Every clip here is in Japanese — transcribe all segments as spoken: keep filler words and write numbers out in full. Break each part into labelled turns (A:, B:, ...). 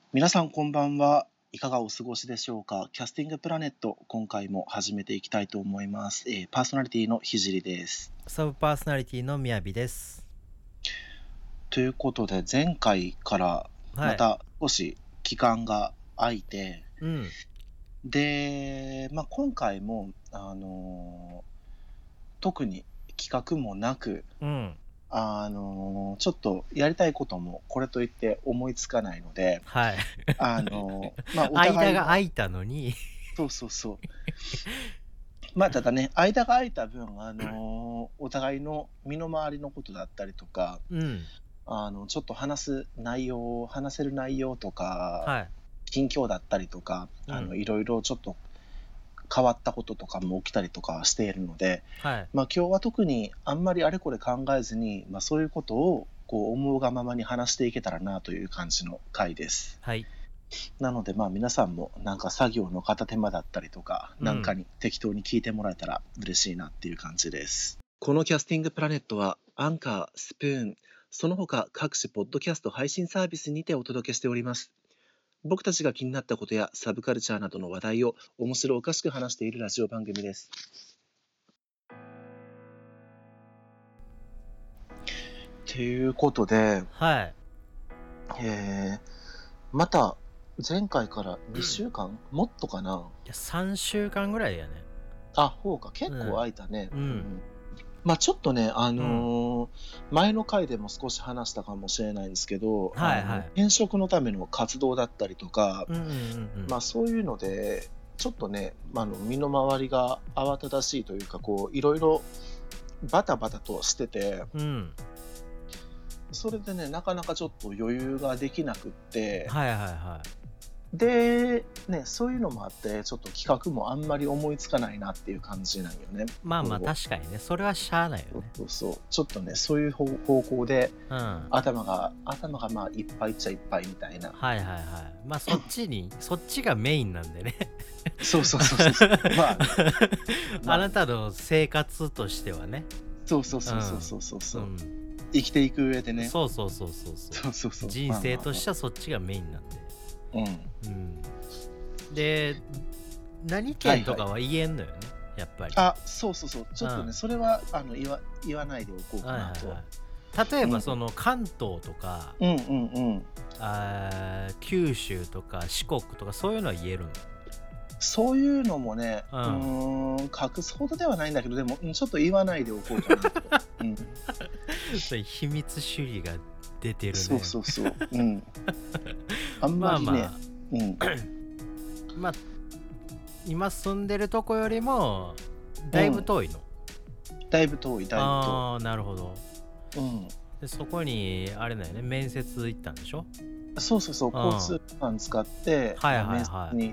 A: 皆さんこんばんは。いかがお過ごしでしょうか。キャスティングプラネット、今回も始めていきたいと思います。えーパーソナリティのひじりです。
B: サブパーソナリティのみやびです。
A: ということで、前回からまた少し期間が空いて、
B: うん。
A: で、まあ、今回も、あのー特に企画もなく、
B: うん。
A: あのーちょっとやりたいこともこれといって思いつかないので、
B: はい。
A: あのーまあ、お互いの
B: 間が空いたのに
A: そうそうそう。まあただね、間が空いた分、あのーお互いの身の回りのことだったりとか、
B: うん。
A: あのちょっと話す内容、話せる内容とか、
B: はい。
A: 近況だったりとか、
B: うん
A: あのいろいろちょっと変わったこととかも起きたりとかしているので、
B: はい。
A: まあ今日は特にあんまりあれこれ考えずに、まあそういうことをこう思うがままに話していけたらなという感じの回です。
B: はい。
A: なのでまあ皆さんもなんか作業の片手間だったりとか、
B: うん
A: なんかに適当に聞いてもらえたら嬉しいなっていう感じです。このキャスティングプラネットはアンカー、スプーン、その他各種ポッドキャスト配信サービスにてお届けしております。僕たちが気になったことやサブカルチャーなどの話題を面白おかしく話しているラジオ番組です。ということで、
B: はい。
A: えー、また前回からにしゅうかん、もっとかな。
B: いや、さんしゅうかんぐらいやね。
A: あ、ほうか、結構空いたね。
B: うん
A: まあちょっとね、あのー前の回でも少し話したかもしれないんですけど、
B: はいはい
A: あの転職のための活動だったりとか、
B: うんうんうんうん。
A: まあそういうので、ちょっとね、まあ、あの身の回りが慌ただしいというか、こういろいろバタバタとしてて、
B: うん。
A: それでね、なかなかちょっと余裕ができなくって、
B: はいはいはい。
A: で、ね、そういうのもあって、ちょっと企画もあんまり思いつかないなっていう感じなんよね。
B: まあまあ
A: こう
B: 確かにね、それはしゃあないよね。
A: そうそう、ちょっとね、そういう方方向で
B: うん。は
A: 頭が、頭がまあいっぱいっちゃいっぱいみたいな。
B: いはいはい。まあそっちに、そっちがメインなんでね。
A: そうそうそうそう。まあ、まあ
B: あなたの生活としてはね。
A: そうそうそうそうそうそうそう、
B: うん。
A: 生きていく上でね。
B: そうそうそうそうそう。
A: そうそうそう。
B: 人生としてはそっちがメインなんで。
A: まあまあまあ
B: うん。で、何県とかは言えんのよね、やっぱり。
A: うん。あ、そうそうそう。ちょっとね、
B: うん
A: それはあの言わ言わないでおこうかなと。
B: はいはいはい。例えばその関東とか、
A: うんうんうん。
B: あー九州とか四国とかそういうのは言えるの。
A: そういうのもね、う
B: うん
A: ーん、隠すほどではないんだけど、でもうんちょっと言わないでおこうかなと。うん。
B: それ秘密主義が出てるね。
A: そうそうそう。うん。あんまりね、
B: まあまあ、
A: うん。
B: まあ今住んでるとこよりもだいぶ遠いの。
A: だいぶ遠い、だいぶ
B: ああ、なるほど。
A: 遠い。うん。
B: でそこにあれだよね、面接行ったんでしょ。
A: そうそうそう、
B: うん
A: 交通機関使って、
B: はいはいはい
A: 面接に行って、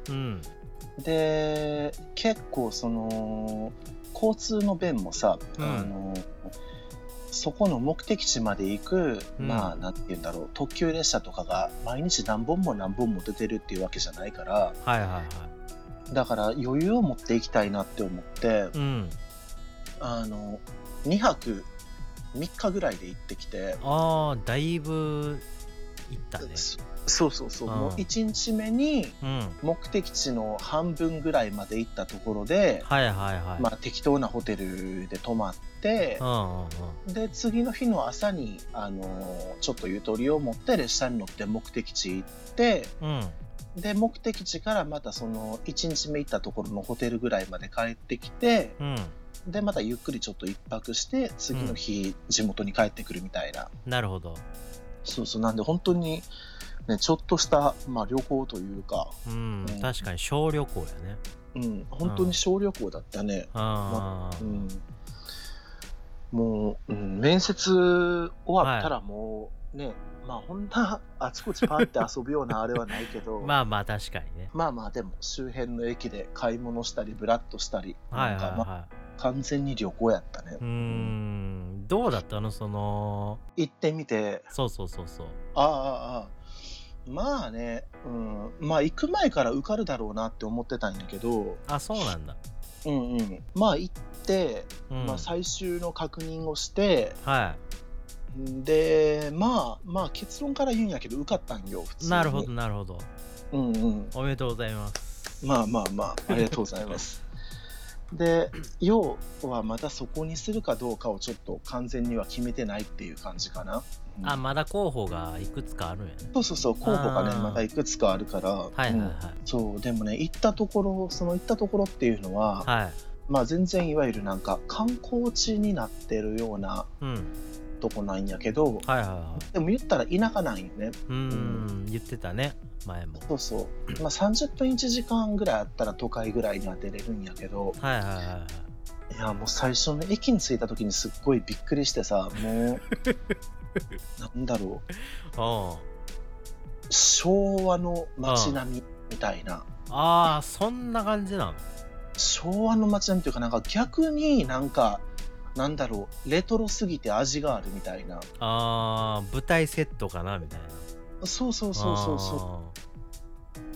B: うん
A: で、結構その、交通の便もさ、
B: うん
A: あの、そこの目的地まで行く、
B: うん
A: まあ、なんて言うんだろう、特急列車とかが毎日何本も何本も出てるっていうわけじゃないから、
B: はいはいはい。
A: だから余裕を持っていきたいなって思って、
B: うん
A: あの、にはくみっかぐらいで行ってきて、
B: ああ、だいぶ行ったね。
A: そそうそうそう、
B: うん
A: もういちにちめに
B: うん
A: 目的地の半分ぐらいまで行ったところで、
B: はいはいはい。
A: まあ適当なホテルで泊まって、
B: うんうんうん。
A: で次の日の朝にあのちょっとゆとりを持って列車に乗って目的地行って、
B: うん
A: で目的地からまたそのいちにちめ行ったところのホテルぐらいまで帰ってきて、
B: うん。
A: でまたゆっくりちょっと一泊して次の日地元に帰ってくるみたいな、
B: なるほど。
A: そうそう、なんで本当にね、ちょっとした、まあ、旅行というか、
B: うん、
A: うん
B: 確かに小旅行やね。
A: うん、本当に小旅行だったね。
B: ああ、
A: うん、もう、うん、面接終わったらもうね、まあこんなあちこちパーって遊ぶようなあれはないけど、
B: まあまあ確かにね。
A: まあまあでも周辺の駅で買い物したりブラッとしたり、
B: はい
A: なんか、まあ、
B: は
A: 完全に旅行やったね。
B: いはい。うーん、どうだったのその、
A: 行ってみて、
B: そうそうそうそう。
A: ああああああ、まあね、うん、まあ行く前から受かるだろうなって思ってたんやけど、
B: あ、そうなんだ。
A: うんうん、まあ行って、
B: うん、
A: まあ、最終の確認をして、
B: は
A: でまあまあ結論から言うんやけど受かったんよ普通に。
B: なるほどなるほど。
A: うんうん。
B: おめでとうございます。
A: まあまあまあありがとうございます。で要はまだそこにするかどうかをちょっと完全には決めてないっていう感じかな。うん、
B: あ、まだ候補がいくつかあるんやね。
A: そうそうそう、候補がねまだいくつかあるから。
B: はいはいはい、うん、
A: そうでもね行ったところその行ったところっていうのは、はい、まあ全然いわゆるなんか観光地になってるような、うん、とこなんやけど、はいはいはい、でも言ったら田舎なんよね。
B: うん、うん、言ってたね前も。
A: そうそう、まあ、さんじゅっぷんいちじかんぐらいあったら都会ぐらいには出れるんやけど、はいはいはいはい、いやもう最初の駅に着いた時にすっごいびっくりしてさ、もうなんだろう昭和の街並みみたいな。
B: ああ、そんな感じなの？
A: 昭和の街並みというか、なんか逆になんかなんだろうレトロすぎて味があるみたいな。
B: あー、舞台セットかなみたいな。
A: そうそうそうそうそう。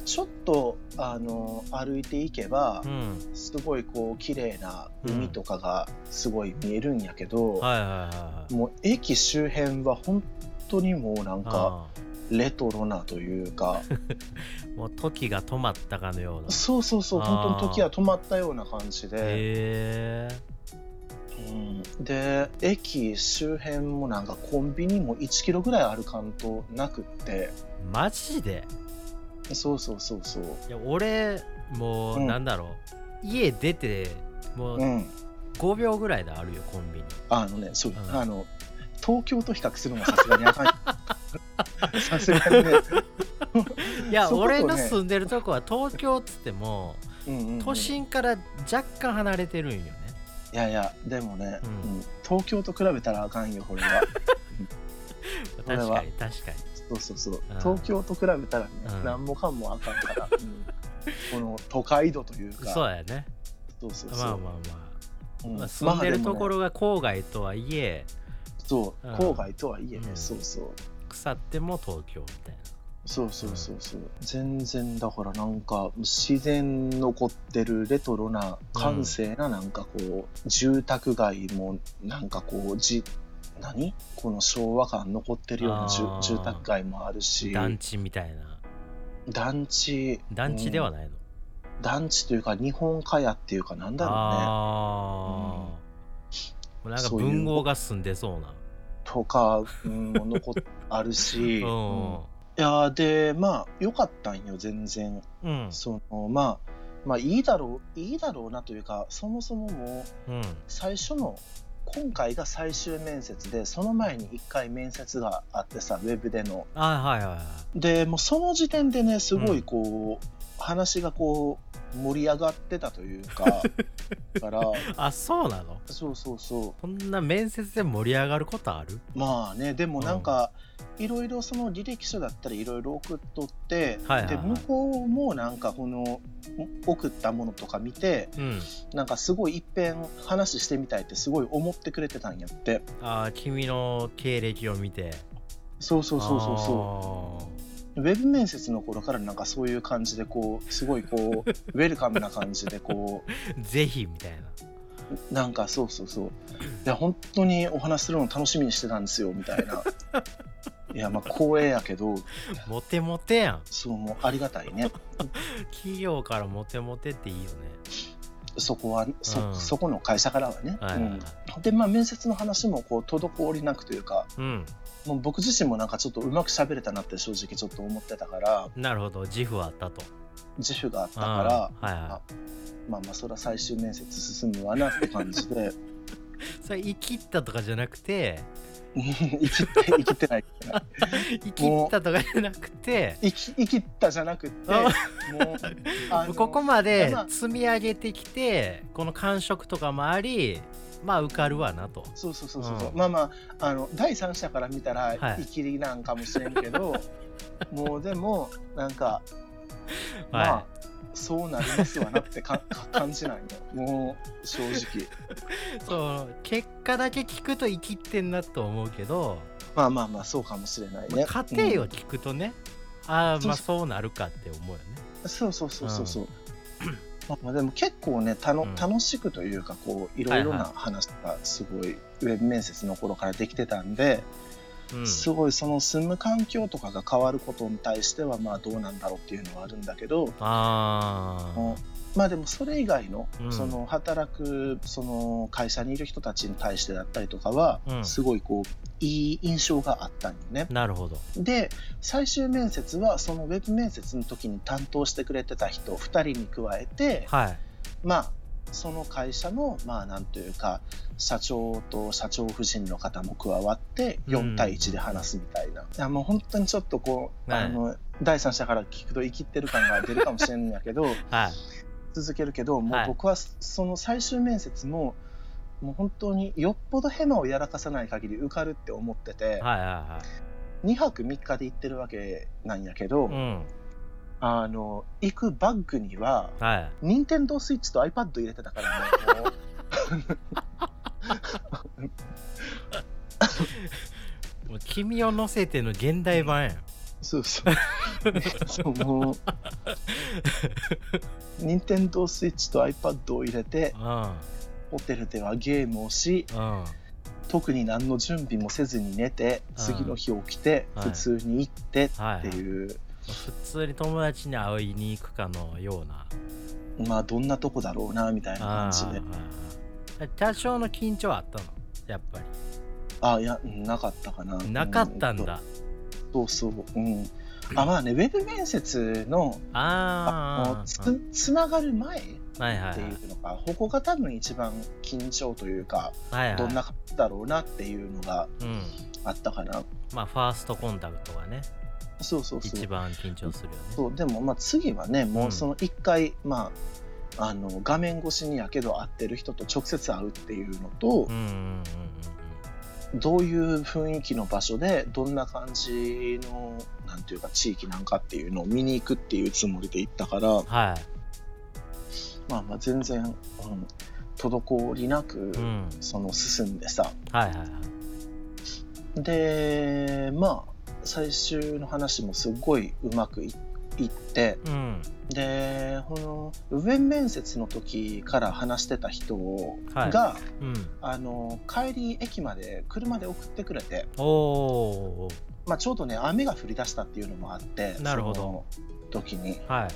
A: ちょっとあの歩いていけば、うん、すごいこう綺麗な海とかがすごい見えるんやけど、うん、はいはいはい、もう駅周辺は本当にもうなんかレトロなというか
B: もう時が止まったかのような。
A: そうそうそう、本当に時が止まったような感じで。へー、うん、で駅周辺もなんかコンビニもいちキロぐらいある感となくって。
B: マジで？
A: そうそうそうそう。
B: いや俺もう、うん、なんだろう家出てもうごびょうぐらいであるよコンビニ。
A: あのねそう、うん、あの東京と比較するのはさすがにあかんさすがにね
B: いや、ね、俺の住んでるとこは東京っつっても、うんうんうん、都心から若干離れてるんよね。
A: いやいやでもね、うんうん、東京と比べたらあかんよこれは
B: 確かに確かに。
A: そうそうそう、東京と比べたらね、うん、何もかもあかんから、うん、この都会度というか。
B: そうやね。
A: そうそうそう、
B: まあまあまあ、うんまあ、住んでるところが郊外とはいえ、
A: そう、うん、郊外とはいえね、うん、そうそう
B: 腐っても東京みたいな。
A: そうそうそうそう、うん、全然だからなんか自然残ってるレトロな閑静ななんかこう、うん、住宅街もなんかこうじ何この昭和感残ってるような住宅街もあるし、
B: 団地みたいな。
A: 団地
B: 団地ではないの、
A: うん、団地というか日本家屋っていうかなんだろうね。あ、
B: うん、なんか文豪が住んでそうな
A: とか、うん、も残っあるし、うん、いやでまあ良かったんよ全然、うん、そのまあまあいいだろういいだろうなというか、そもそももう最初の今回が最終面接で、その前にいっかい面接があってさ、ウェブでの。
B: あ、はいはいはい。
A: でもうその時点でねすごいこう、うん、話がこう盛り上がってたというかから
B: あ、そうなの？
A: そうそうそう。
B: こんな面接で盛り上がることある？
A: まあね、でもなんか、いろいろその履歴書だったりいろいろ送っとって、はいはいはい、で向こうもなんかこの送ったものとか見て、うん、なんかすごいいっぺん話してみたいってすごい思ってくれてたんやって。
B: ああ、君の経歴を見て。
A: そうそうそうそうそう。ウェブ面接の頃からなんかそういう感じでこうすごいこうウェルカムな感じでこ
B: うぜひみたいな。
A: なんかそうそうそう、いや本当にお話するの楽しみにしてたんですよみたいな。いやまあ光栄やけど
B: モテモテやん。
A: そう、もうありがたいね。
B: 企業からモテモテっていいよね。
A: そこは そ,、うん、そこの会社からはね、はいはいはい、うん、でまあ面接の話もこう滞りなくというか、うん、もう僕自身もなんかちょっとうまく喋れたなって正直ちょっと思ってたから。
B: なるほど、自負はあったと。
A: 自負があったから、はいはい、あまあまあそれは最終面接進むわなって感じで
B: それ生きったとかじゃなくて
A: 生きって生きってない
B: 生きったとかじゃなくて
A: 生き生きったじゃなくてもう
B: あのここまで積み上げてきてこの感触とかもあり、まあ受かるわなと。
A: そうそうそうそう、うん、まあまああの第三者から見たら生きりなんかもしれんけど、はい、もうでもなんかまあ、はい、そうなりますわなってか感じないのもう正直。
B: そう結果だけ聞くと生きってんなと思うけど、
A: まあまあまあそうかもしれないね。
B: 過程を聞くとね、うん、ああまあそうなるかって思うよね。
A: そうそうそうそうそう、 まあ、でも結構ねたの、
B: うん
A: 楽しくというかこういろいろな話がすごいウェブ面接の頃からできてたんで、うん、すごいその住む環境とかが変わることに対してはまあどうなんだろうっていうのはあるんだけど、あまあでもそれ以外の、うん、その働くその会社にいる人たちに対してだったりとかは、うん、すごいこういい印象があったんよね。
B: なるほど。
A: で最終面接はそのウェブ面接の時に担当してくれてた人ふたりに加えて、はい、まあその会社のまあなんというか社長と社長夫人の方も加わってよんたいいちで話すみたいな、うん、いやもう本当にちょっとこう、はい、あの第三者から聞くと生きってる感が出るかもしれんやけど、はい、続けるけどもう僕はその最終面接ももう本当によっぽどヘマをやらかさない限り受かるって思ってて、はいはいはい、にはくみっかで行ってるわけなんやけど、うん、あの行くバッグには、はい、任天堂スイッチと iPad 入れてたからねもう
B: もう君を乗せての現代版やん。
A: そうそうそうもう任天堂スイッチと iPad を入れて、うん、ホテルではゲームをし、うん、特に何の準備もせずに寝て、うん、次の日起きて、うん、普通に行ってっていう、はいはい、
B: 普通に友達に会いに行くかのような、
A: まあどんなとこだろうなみたいな感じで。
B: 多少の緊張はあったのやっぱり。
A: あ、いやなかったかな。
B: なかったんだ。
A: そうそう、うん。あまあねウェブ面接のああつ, つながる前っていうのが、はいはいはい、ここが多分一番緊張というか、はいはい、どんな感じだろうなっていうのがあったかな、うん、
B: まあファーストコンタクトがね
A: そうそうそう
B: 一番緊張するよね。
A: そうでもまあ次はねもうその一回、うん、まああの画面越しにやけど会ってる人と直接会うっていうのと、うんうんうんうん、どういう雰囲気の場所でどんな感じのなんていうか地域なんかっていうのを見に行くっていうつもりで行ったから、はい、まあまあ全然、うん、滞りなく、うん、その進んでさ、はいはいはい、でまあ最終の話もすごいうまくいって、うん、でこのウェブ面接の時から話してた人が、はいうん、あの帰り駅まで車で送ってくれて、お、まあ、ちょうどね雨が降り出したっていうのもあって、なるほど、その時に、はい、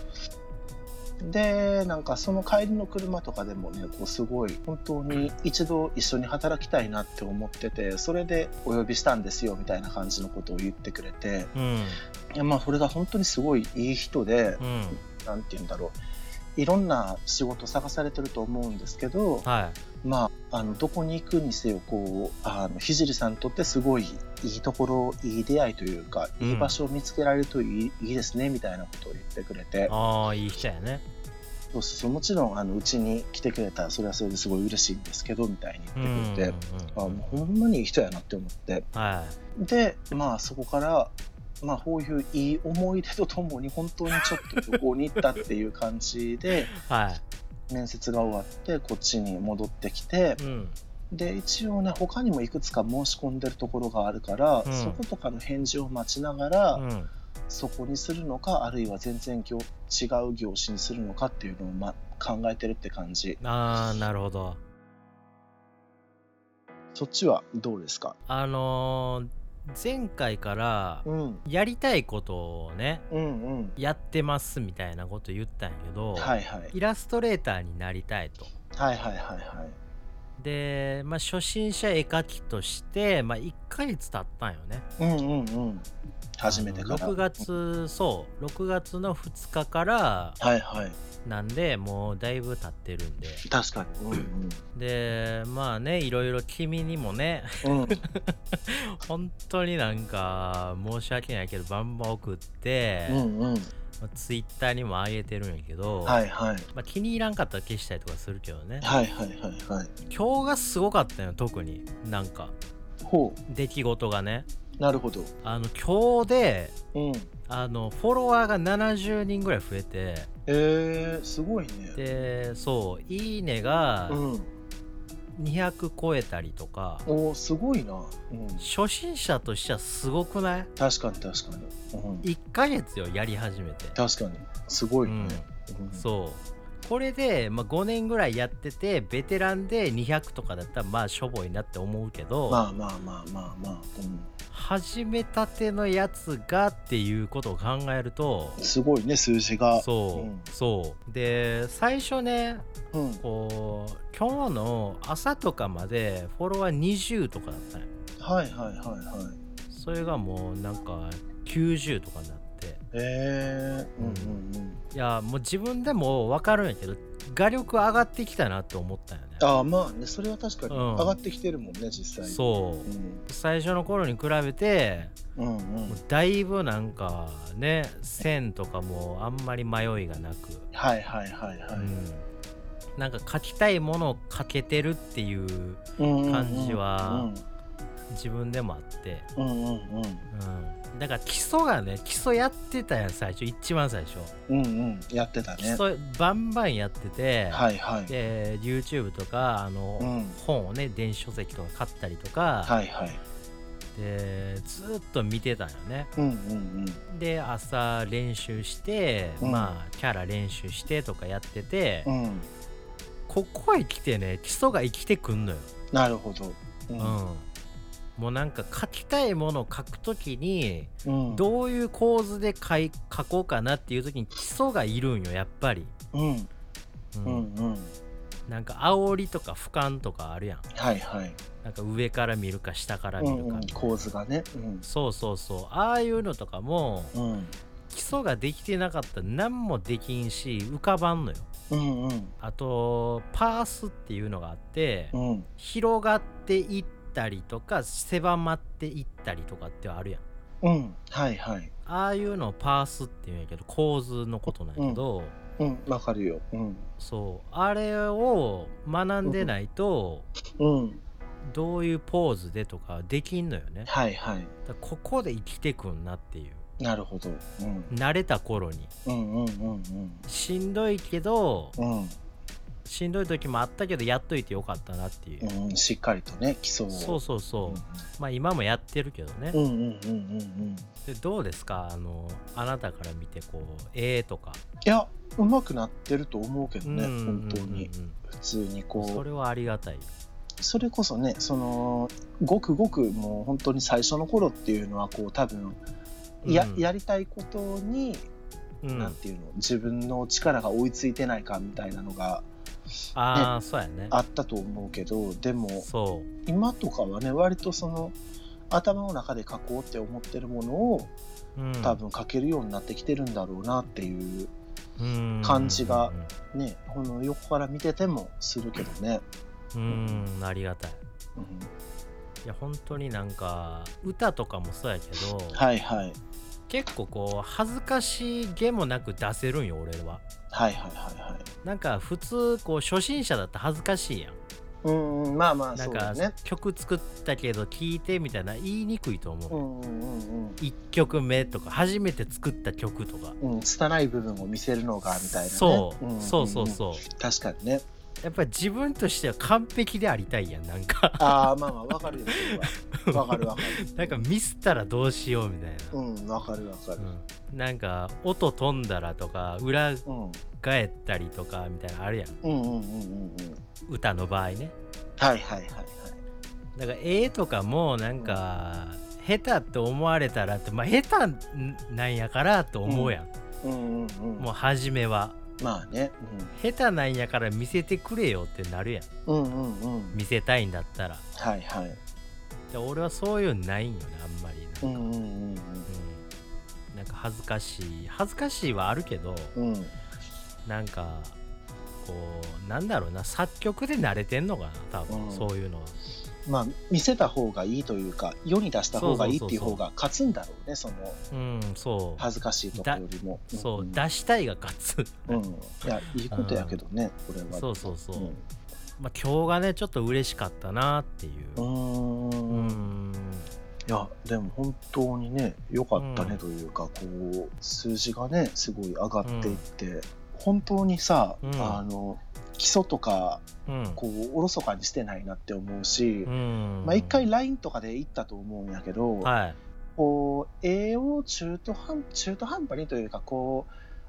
A: でなんかその帰りの車とかでもねこうすごい本当に一度一緒に働きたいなって思ってて、それでお呼びしたんですよみたいな感じのことを言ってくれて、うん、いやまあそれが本当にすごいいい人で、うん、なんて言うんだろう、いろんな仕事探されてると思うんですけど、はい、まああのどこに行くにせよこうあの聖さんにとってすごいいいところいい出会いというか、うん、いい場所を見つけられるといい、いいですねみたいなことを言ってくれて、
B: ああいい人やね。
A: そうそうもちろんあのうちに来てくれたらそれはそれですごい嬉しいんですけどみたいに言ってくれて、うんうんうん、あもうほんまにいい人やなって思って、はい、でまあそこからまあこういういい思い出とともに本当にちょっと旅行に行ったっていう感じで、はい、面接が終わってこっちに戻ってきて、うん、で一応ね他にもいくつか申し込んでるところがあるから、うん、そことかの返事を待ちながら、うん、そこにするのかあるいは全然業違う業種にするのかっていうのを、ま、考えてるって感じ。
B: あーなるほど。
A: そっちはどうですか？
B: あのー前回からやりたいことをね、うんうん、やってますみたいなこと言ったんやけど、はいはい、イラストレーターになりたいと。はいはいはいはい。で、まあ、初心者絵描きとして、まあ、いっかげつ経ったんよね。うんうんうん。
A: 初めてから。
B: ろくがつ、そうろくがつのふつかからはいはいなんでもうだいぶ経ってるんで。
A: 確かに、うんうん、で
B: まあねいろいろ君にもね、うん、本当になんか申し訳ないけどバンバン送って、うんうん、ツイッターにも上げてるんやけど、はいはいまあ、気に入らんかったら消したりとかするけどね。はいはいはいはい。今日がすごかったよ特になんかほう出来事がね。
A: なるほど。
B: あの今日で、うん、あのフォロワーがななじゅうにんぐらい増えて、
A: えー、すごいね。
B: でそういいねがにひゃく超えたりとか、
A: うん、おすごいな、
B: うん、初心者としてはすごくない？
A: 確かに確かに、
B: うん、いっかげつよやり始めて。
A: 確かにすごいね、
B: うんうん、そうこれで、まあ、ごねんぐらいやっててベテランでにひゃくとかだったらまあしょぼいなって思うけど、
A: まあまあまあまあまあ、うん、
B: 始めたてのやつがっていうことを考えると
A: すごいね、数字が。
B: そう、うん、そうで最初ね、うん、こう今日の朝とかまでフォロワーにじゅうとかだったんよ。
A: はいはいはいはい。
B: それがもうなんかきゅうじゅうとかになって、
A: へえ、うんうんうん。
B: いやもう自分でも分かるんやけど画力上がってきたなって思ったよね。
A: ああまあね、それは確かに上がってきてるもんね、うん、実際。
B: そう、うん、最初の頃に比べて、うんうん、もうだいぶなんかね線とかもあんまり迷いがなく、
A: はいはいはいはい、うん、
B: なんか書きたいものを書けてるっていう感じは自分でもあって、うんうんうんうん、だから基礎がね基礎やってたやん最初一番最初、
A: うんうん、やってたね。
B: 基礎バンバンやってて、
A: はいはい、
B: で YouTube とかあの、うん、本をね電子書籍とか買ったりとか、
A: はいはい、
B: でずっと見てたよね、
A: うんうんうん、
B: で朝練習して、うん、まあキャラ練習してとかやってて、うん、ここへ来てね基礎が生きてくんのよ。
A: なるほど、
B: うん、うん、もうなんか書きたいものを書くときに、うん、どういう構図で書い書こうかなっていうときに基礎がいるんよやっぱり、うんうんうん、なんか煽りとか俯瞰とかあるやん。
A: はいはい。
B: なんか上から見るか下から見るか、うんうん、
A: 構図がね、うん、
B: そうそうそうああいうのとかも、うん、基礎ができてなかったら何もできんし浮かばんのよ、うんうん、あとパースっていうのがあって、うん、広がっていったりとか狭まっていったりとかってあるやん。
A: うんはいはい。
B: ああいうのをパースっていうんやけど構図のことなんやけど、
A: うんわ、うん、かるよ、うん、
B: そうあれを学んでないと、うん、どういうポーズでとかできんのよね。
A: はいはい。
B: だここで生きてくんなっていう。
A: なるほど、
B: うん、慣れた頃に、うんうんうんうん、しんどいけど、うん、しんどい時もあったけどやっといてよかったなっていう、
A: うん、しっかりとね基礎を。
B: そうそうそう、うんうん、まあ今もやってるけどね、うんうんうんうんうん、でどうですかあのあなたから見てこう絵とか。
A: いやうまくなってると思うけどね、うんうんうんうん、本当に普通にこう
B: それはありがたい。
A: それこそねそのごくごくもう本当に最初の頃っていうのはこう多分 や,、うん、やりたいことに、うん、なんていうの自分の力が追いついてないかみたいなのが、ね、
B: あ, そうやね
A: あったと思うけどでもそう今とかはね割とその頭の中で書こうって思ってるものを、うん、多分書けるようになってきてるんだろうなっていう感じがねこの横から見ててもするけどね。
B: うーんありがたい、うん、いや本当になんか歌とかもそうやけど、
A: はいはい、
B: 結構こう恥ずかしげもなく出せるんよ俺は。
A: はいはいはいはい。
B: なんか普通こう初心者だったら恥ずかしいやん。
A: うんまあまあそうだね。
B: なんか曲作ったけど聴いてみたいな言いにくいと思う。うんうんうん、いっきょくめとか初めて作った曲とか、
A: うん、拙い部分を見せるのがみたいなね。
B: そう、うんうんうん、そうそうそう
A: 確かにね。
B: やっぱり自分としては完璧でありたいやんなんか
A: ああまあまあわかるよそれはわかるわかる
B: なんかミスったらどうしようみたいな。
A: うんわかるわかる、
B: うん、なんか音飛んだらとか裏返ったりとかみたいなのあるやん、うんうんうんうんうん、歌の場合ね。
A: はいはいはいはい。
B: だから絵とかもなんか、うん、下手って思われたらってまあ下手なんやからと思うやん、うんうんうんうん、もう初めは
A: まあね、
B: うん、下手なんやから見せてくれよってなるやん、うんうんうん、見せたいんだったら。
A: はいはい。
B: で俺はそういうのないんよねあんまりなんか、うんうんうんうん、なんか恥ずかしい恥ずかしいはあるけど、うん、なんかこうなんだろうな作曲で慣れてんのかな多分、うん、そういうのは。
A: まあ見せた方がいいというか世に出した方がいいっていう方が勝つんだろうねその、うん、そう恥ずかしいところよりも
B: そう、うん、出したいが勝つ、
A: うん、いやいいことやけどね、うん、これは
B: そうそうそう、うん、まあ今日がねちょっと嬉しかったなっていう。うーん
A: うんいやでも本当にね良かったねというか、うん、こう数字がねすごい上がっていって、うん、本当にさ、うん、あの基礎とか、うん、こうおろそかにしてないなって思うし、うん、まあ一回 ライン とかで行ったと思うんやけど、はい、こう絵を中途半中途半端にというかこう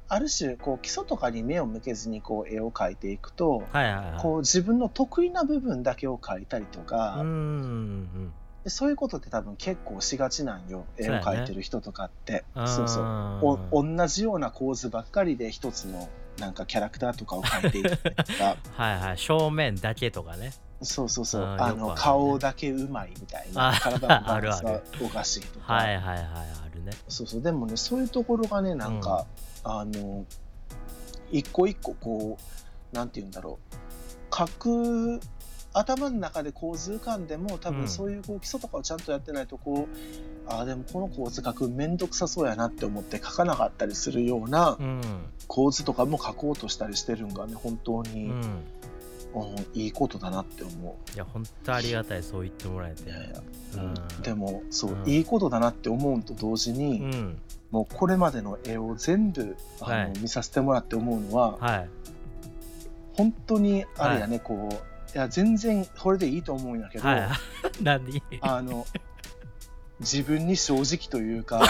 A: ある種こう基礎とかに目を向けずにこう絵を描いていくと、
B: はいはいはい、
A: こう自分の得意な部分だけを描いたりとか、
B: うんうんうん
A: でそういうことって多分結構しがちなんよ、絵を描いてる人とかって。そうそう、お同じような構図ばっかりで一つのなんかキャラクターとかを描いていくとか
B: はいはい、正面だけとかね。
A: そうそうそう、あの、ね、顔だけうまいみたいな、体のバランスがおかしいとか
B: はいはいはい、あるね。
A: そうそう、でもね、そういうところがね、なんか、うん、あの一個一個こうなんていうんだろう、書く頭の中で構図浮かんでも多分そういうこう基礎とかをちゃんとやってないとこう、うん、ああでもこの構図書くめんどくさそうやなって思って書かなかったりするような構図とかも書こうとしたりしてるんがね、本当に、うんうん、いいことだなって思う。
B: いや本当ありがたい、そう言ってもらえて。いやいや、
A: うん、でもそう、うん、いいことだなって思うと同時に、うん、もうこれまでの絵を全部あの、はい、見させてもらって思うのは、はい、本当にあれやね、はい、こういや全然これでいいと思うんやけど、はい、
B: 何
A: あの自分に正直というか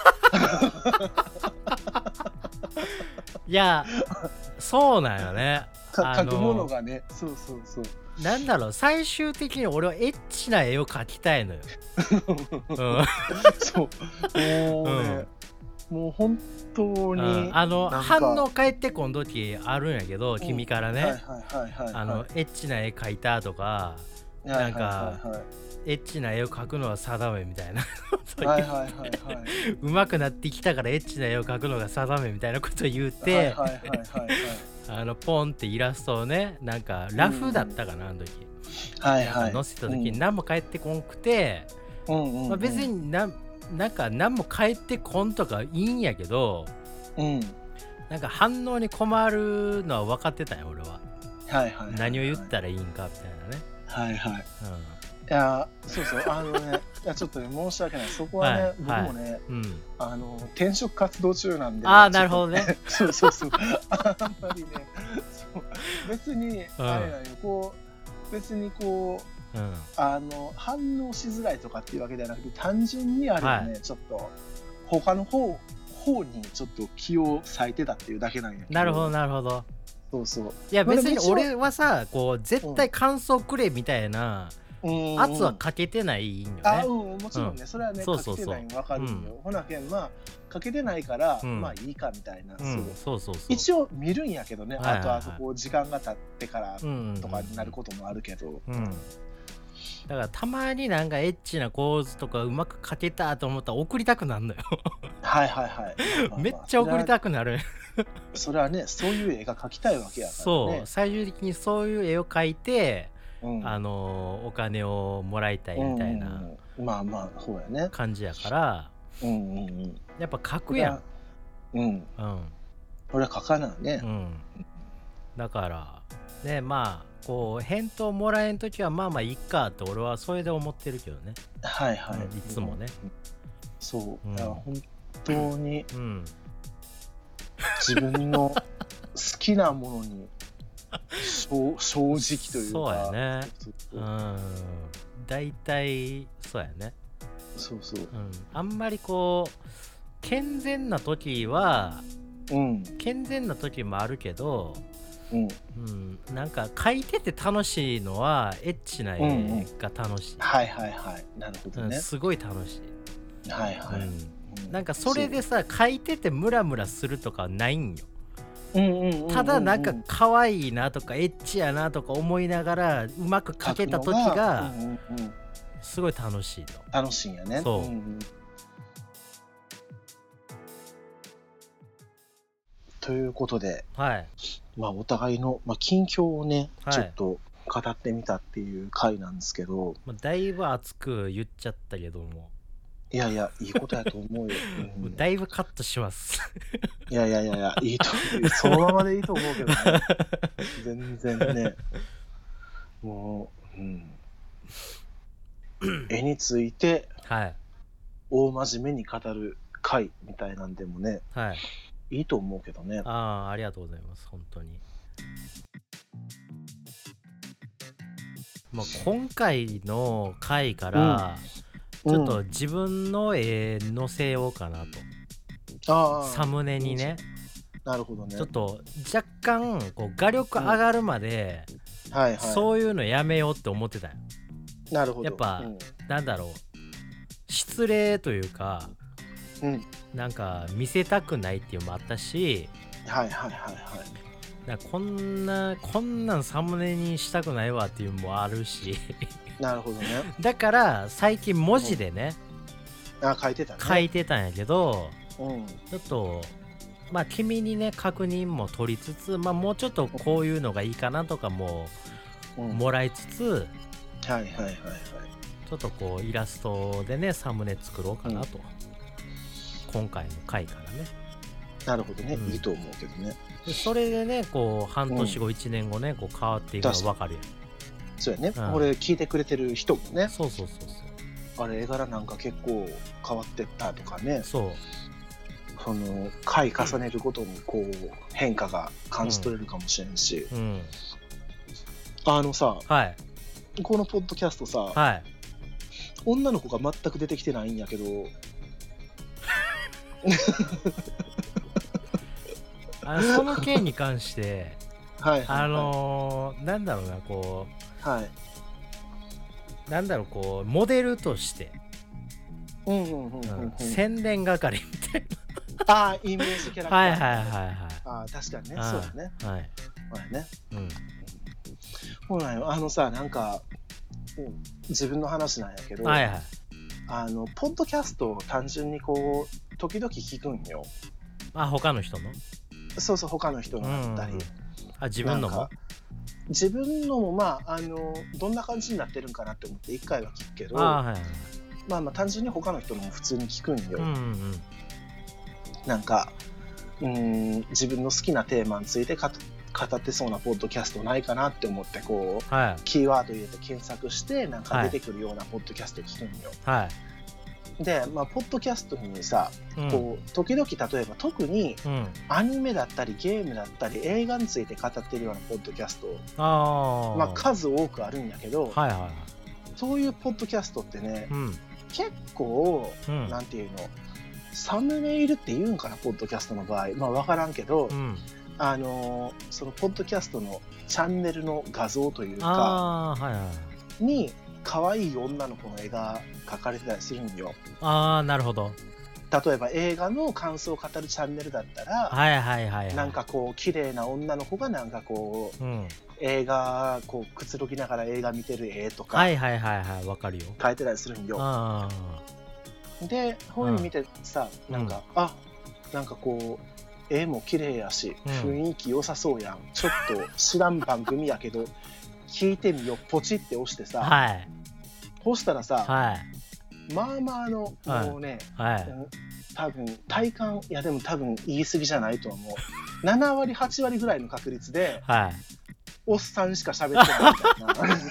B: いやそうなんよね、
A: 書くものがね、そうそうそう、
B: なんだろう、最終的に俺はエッチな絵を描きたいのよ、うん、
A: そうもうね、うん、もう本当に、うん、
B: あの反応返ってこん時あるんやけど、うん、君からね、あのエッチな絵描いたとか、なんか、はいはいはいはい、エッチな絵を描くのは定めみたいなはいはいはい、はい、うまくなってきたからエッチな絵を描くのが定めみたいなことを言って、はいはいはいはい、はい、あのポンってイラストをね、なんかラフだったかな、うん、あの時、はいはい、載せた時に何も返ってこんくて、うんうんうん、まあ、別にななんか何も返ってこんとかいいんやけど、うん、なんか反応に困るのは分かってたよ俺は、はいはいはいはい、何を言ったらいいんかみたいなね、
A: はいはい、うん、いやそうそう、あのねいやちょっとね申し訳ない、そこはね、はい、僕もね、はい、うん、あの転職活動中なんで、
B: ああなるほどね
A: そうそうそうあんまりねそう別に、うん、あれなんよ、こう別にこううん、あの反応しづらいとかっていうわけではなくて、単純にあれはね、はい、ちょっと他の方方にちょっと気を割いてたっていうだけなんやけど。
B: なるほどなるほど。
A: そうそう、
B: いや別に俺はさ、こう絶対感想くれみたいな、うん、圧はかけてないんよね。
A: あ、うん、もちろんね、うん、それはね、かけてないの分かるんよ、うん、ほなけん、まあかけてないから、うん、まあいいかみたいな、うん、そうそうそうそう、一応見るんやけどね、はいはいはい、あとあとこう時間が経ってからとかになることもあるけど、うんうんうん、
B: だからたまになんかエッチな構図とかうまく描けたと思ったら送りたくなるのよ
A: はいはいはい、まあまあ、
B: めっちゃ送りたくなる
A: それはね、そういう絵が描きたいわけやからね。
B: そう、最終的にそういう絵を描いて、うん、あのお金をもらいたいみたいな、うんうん、まあまあそうやね感じやから、うんうんうん、やっぱ描くやん、うんうん、
A: 俺は描かないね、うん、
B: だからね、まあこう返答もらえんときはまあまあいいかって俺はそれで思ってるけどね。
A: はいはい、うん、
B: いつもね、
A: うん、そう、うん、いや本当に、うん、自分の好きなものに正, 正直というか、
B: そうやね、うん、だいたいそうやね、
A: そうそう、うん、
B: あんまりこう健全な時は、うん、健全な時もあるけど、うんうん、なんか書いてて楽しいのはエッチな絵が楽しい、うんうん、
A: はいはいはい、なるほどね、
B: うん、すごい楽しい、はいはい、うん、なんかそれでさ書いててムラムラするとかないんよ、うんうんうんうん、ただなんか可愛いなとかエッチやなとか思いながらうまく書けた時がすごい楽しいの、
A: 楽しいんやね、そう、うんうん、ということで、はい、まあ、お互いの、まあ、近況をね、はい、ちょっと語ってみたっていう回なんですけど、
B: まあ、だいぶ熱く言っちゃったけども、
A: いやいやいいことやと思うよ、
B: うん、もうだいぶカットします
A: いやいやいやいや、いいとそのままでいいと思うけどね全然ね、もう、うん、絵について大真面目に語る回みたいなんでもね、はい、いいと思うけどね。
B: ああ、ありがとうございます、本当に。まあ、今回の回から、うん、ちょっと自分の絵載せようかなと、うん、サムネにね、
A: なるほどね。
B: ちょっと若干こう画力上がるまで、うん、はいはい、そういうのやめようって思ってたよ。
A: なるほど。
B: やっぱ、うん、なんだろう、失礼というか、うん、なんか見せたくないっていうのもあったし、
A: はいはいはいはい。
B: だこんなこんなんサムネにしたくないわっていうのもあるし
A: なるほどね。
B: だから最近文字でね、
A: うん、あ書いてたね。
B: 書いてたんやけど、
A: うん、
B: ちょっとまあ君にね確認も取りつつ、まあもうちょっとこういうのがいいかなとかももらいつつ、うん、はい
A: はいはいはい、
B: ちょっとこうイラストでねサムネ作ろうかなと、うん、今回の回からね。
A: なるほどね、うん、いいと思うけどね。
B: でそれでねこう半年後、うん、いちねんごねこう変わっていくの分かるやん。
A: そうやね、うん、俺聞いてくれてる人もね、
B: そうそうそうそう、
A: あれ絵柄なんか結構変わってったとかね、
B: そう
A: その回重ねるごとにこう変化が感じ取れるかもしれんし、うんうん、あのさ、
B: はい、
A: このポッドキャストさ、はい、女の子が全く出てきてないんやけど
B: あのその件に関して
A: はいはい、はい、
B: あのー、なんだろうなこう、はい、なんだろうこうモデルとして宣伝係みたい
A: なああイメージキャラクター、
B: はいはいはいはい、
A: ああ確かにね、そうだね、
B: はい、
A: そうだね、うん、そうなんよ。あのさなんか、うん、自分の話なんやけど、はいはい、あのポッドキャストを単純にこう時々聞くんよ。
B: あ他の人の
A: そうそう他の人のあったり、うんうん、
B: あ自分のも
A: 自分のもまああのどんな感じになってるんかなって思っていっかいは聞くけど、あ、はいはい、まあまあ単純に他の人のも普通に聞くんよ、うんうんうん、なんかうーん自分の好きなテーマについて語ってそうなポッドキャストないかなって思ってこう、はい、キーワード入れて検索してなんか出てくるようなポッドキャスト聞くんよ、はい、で、まあ、ポッドキャストにさ、うん、こう時々例えば特にアニメだったりゲームだったり映画について語ってるようなポッドキャスト、あ、まあ、数多くあるんやけど、はいはい、そういうポッドキャストってね、うん、結構、うん、なんていうのサムネイルって言うんかなポッドキャストの場合、まあ、分からんけど、うん、あのそのポッドキャストのチャンネルの画像というか、はいはい、に可愛い女の子の絵が描かれてたりするんよ。
B: ああなるほど。
A: 例えば映画の感想を語るチャンネルだったら、はいはいはいはい、なんかこう綺麗な女の子がなんかこう、うん、映画こうくつろぎながら映画見てる絵とか、
B: はいはいはいはいわかるよ。
A: 描いてたりするんよ。あで本見てさ、うん、なんか、うん、あなんかこう絵も綺麗やし、うん、雰囲気良さそうやん。ちょっと知らん番組やけど聞いてみようポチって押してさ、はい、そしたらさ、はい、まあまあの、はい、もうね、はい、多分体感いやでも多分言い過ぎじゃないと思うななわりはちわりぐらいの確率で、はい、おっさんしか喋ってないみたいな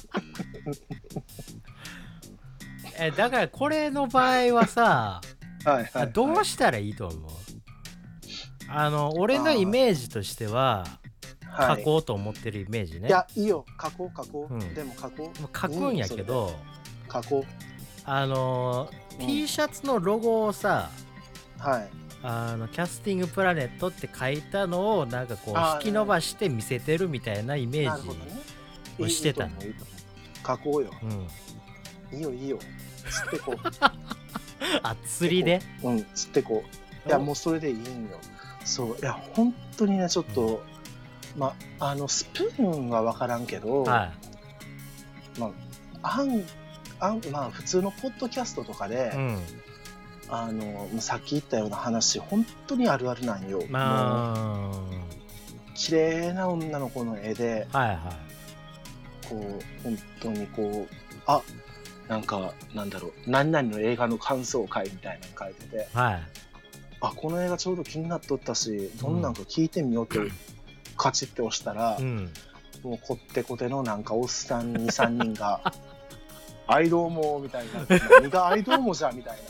B: えだからこれの場合はさはい、はい、どうしたらいいと思う？あの俺のイメージとしては書こうと思ってるイメージね、はい、
A: いやいいよ書こう書こう、うん、でも書こう
B: 書くんやけど、
A: うん、書こう
B: あの、うん、T シャツのロゴをさ、はい、あのキャスティングプラネットって書いたのをなんかこう引き伸ばして見せてるみたいなイメージをしてたの。
A: 書こうよ、うん、いいよいいよ釣ってこう
B: あ釣りで
A: うん釣ってこういやもうそれでいいんよ。そういや本当にねちょっと、うん、まあのスプーンは分からんけど、はい、まああんあんまあ普通のポッドキャストとかで、うん、あのさっき言ったような話本当にあるあるなんよ。まあ綺麗な女の子の絵で、はいはい、こう本当にこうあなんかなんだろう何々の映画の感想会みたいなの書いてて、はい、あこの映画ちょうど気になっとったしどんなんか聞いてみようってカチッて押したら、うん、もうこってこてのなんかおっさん にさんにんがアイドーモみたいな何がアイドーモじゃみたいな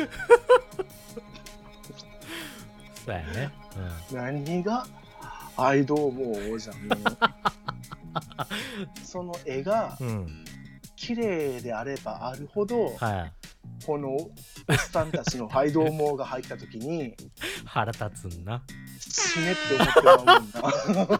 B: そうやね、
A: うん、何がアイドーモじゃんその絵が、うん綺麗であればあるほど、はい、 このおっさんたちのハイドーモーが入った時に
B: 腹立つんな。
A: 死ねって思ってまうもんな。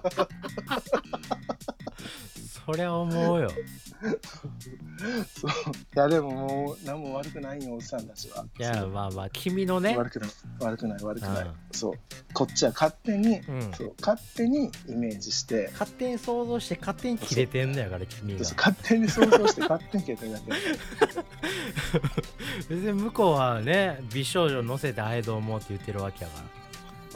B: そりゃ思うよ。
A: そう。いやでももう何も悪くないよおっさんたちは。
B: いやまあまあ君のね。
A: 悪くない悪くない悪くない。そう。こっちは勝手に、うん、そう勝手にイメージして
B: 勝手に想像して勝手に切れてんのやから君が。
A: 勝手に想像して勝手に切れてるだけ。
B: 別に向こうはね美少女乗せてアイドルもって言ってるわけやから。